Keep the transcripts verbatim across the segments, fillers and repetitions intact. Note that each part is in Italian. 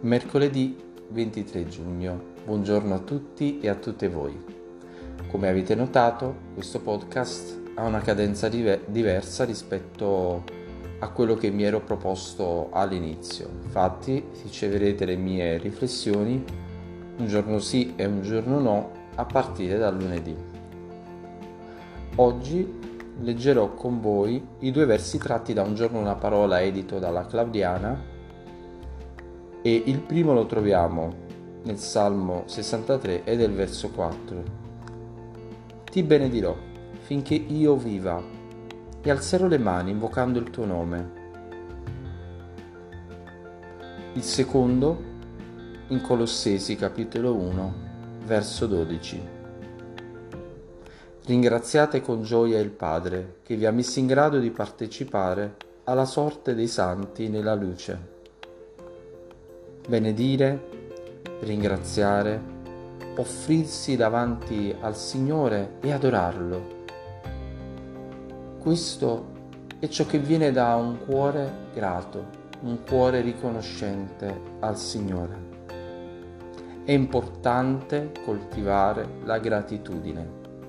Mercoledì ventitré giugno. Buongiorno a tutti e a tutte voi. Come avete notato, questo podcast ha una cadenza diver- diversa rispetto a quello che mi ero proposto all'inizio. Infatti, riceverete le mie riflessioni un giorno sì e un giorno no a partire dal lunedì. Oggi leggerò con voi i due versi tratti da Un giorno una parola edito dalla Claudiana, e il primo lo troviamo nel Salmo sessantatré ed è il verso quattro. Ti benedirò finché io viva e alzerò le mani invocando il tuo nome. Il secondo in Colossesi capitolo uno verso dodici. Ringraziate con gioia il Padre che vi ha messi in grado di partecipare alla sorte dei santi nella luce. Benedire, ringraziare, offrirsi davanti al Signore e adorarlo. Questo è ciò che viene da un cuore grato, un cuore riconoscente al Signore. È importante coltivare la gratitudine.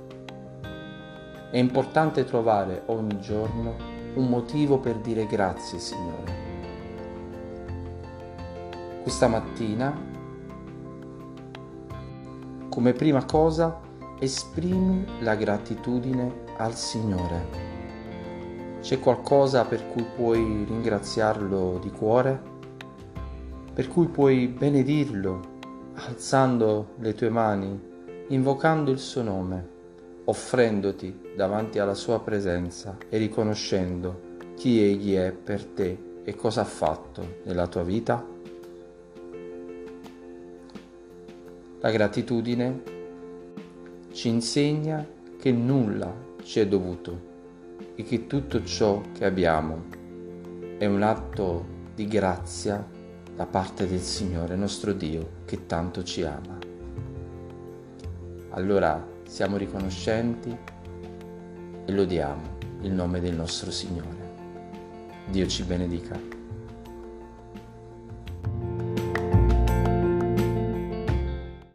È importante trovare ogni giorno un motivo per dire grazie, Signore. Questa mattina, come prima cosa, esprimi la gratitudine al Signore. C'è qualcosa per cui puoi ringraziarlo di cuore? Per cui puoi benedirlo, alzando le tue mani, invocando il suo nome, offrendoti davanti alla sua presenza e riconoscendo chi Egli è per te e cosa ha fatto nella tua vita? La gratitudine ci insegna che nulla ci è dovuto e che tutto ciò che abbiamo è un atto di grazia da parte del Signore nostro Dio che tanto ci ama. Allora siamo riconoscenti e lodiamo il nome del nostro Signore. Dio ci benedica.